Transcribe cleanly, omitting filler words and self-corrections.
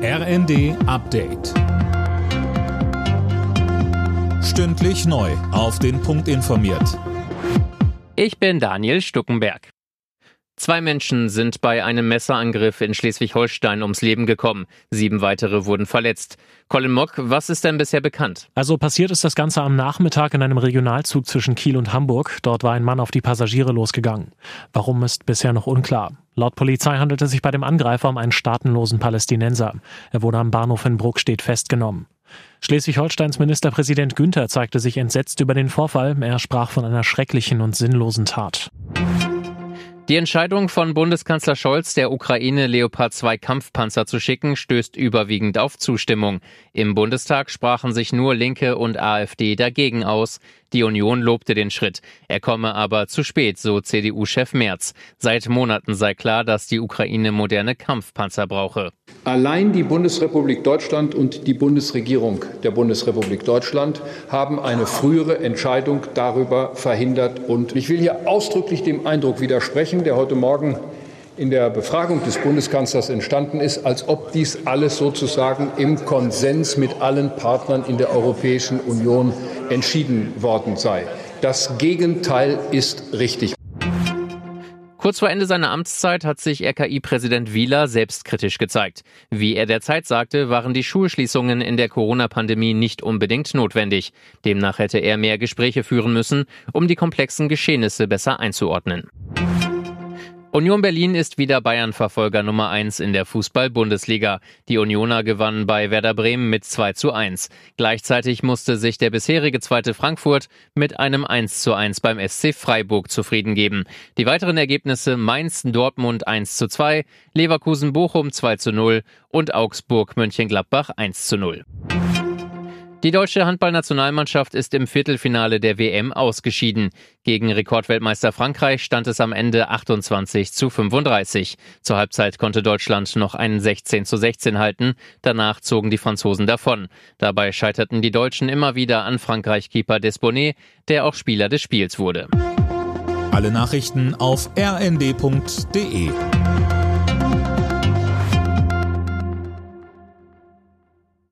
RND Update. Stündlich neu auf den Punkt informiert. Ich bin Daniel Stuckenberg. 2 Menschen sind bei einem Messerangriff in Schleswig-Holstein ums Leben gekommen. 7 weitere wurden verletzt. Colin Mock, was ist denn bisher bekannt? Also passiert ist das Ganze am Nachmittag in einem Regionalzug zwischen Kiel und Hamburg. Dort war ein Mann auf die Passagiere losgegangen. Warum ist bisher noch unklar. Laut Polizei handelt es sich bei dem Angreifer um einen staatenlosen Palästinenser. Er wurde am Bahnhof in Bruckstedt festgenommen. Schleswig-Holsteins Ministerpräsident Günther zeigte sich entsetzt über den Vorfall. Er sprach von einer schrecklichen und sinnlosen Tat. Die Entscheidung von Bundeskanzler Scholz, der Ukraine Leopard 2 Kampfpanzer zu schicken, stößt überwiegend auf Zustimmung. Im Bundestag sprachen sich nur Linke und AfD dagegen aus. Die Union lobte den Schritt. Er komme aber zu spät, so CDU-Chef Merz. Seit Monaten sei klar, dass die Ukraine moderne Kampfpanzer brauche. Allein die Bundesrepublik Deutschland und die Bundesregierung der Bundesrepublik Deutschland haben eine frühere Entscheidung darüber verhindert. Und ich will hier ausdrücklich dem Eindruck widersprechen, der heute Morgen in der Befragung des Bundeskanzlers entstanden ist, als ob dies alles sozusagen im Konsens mit allen Partnern in der Europäischen Union entschieden worden sei. Das Gegenteil ist richtig. Kurz vor Ende seiner Amtszeit hat sich RKI-Präsident Wieler selbstkritisch gezeigt. Wie er derzeit sagte, waren die Schulschließungen in der Corona-Pandemie nicht unbedingt notwendig. Demnach hätte er mehr Gespräche führen müssen, um die komplexen Geschehnisse besser einzuordnen. Union Berlin ist wieder Bayern-Verfolger Nummer 1 in der Fußball-Bundesliga. Die Unioner gewannen bei Werder Bremen mit 2:1. Gleichzeitig musste sich der bisherige zweite Frankfurt mit einem 1:1 beim SC Freiburg zufrieden geben. Die weiteren Ergebnisse Mainz-Dortmund 1:2, Leverkusen-Bochum 2:0 und Augsburg-Mönchengladbach 1:0. Die deutsche Handballnationalmannschaft ist im Viertelfinale der WM ausgeschieden. Gegen Rekordweltmeister Frankreich stand es am Ende 28:35. Zur Halbzeit konnte Deutschland noch einen 16:16 halten. Danach zogen die Franzosen davon. Dabei scheiterten die Deutschen immer wieder an Frankreich-Keeper Desbonnet, der auch Spieler des Spiels wurde. Alle Nachrichten auf rnd.de.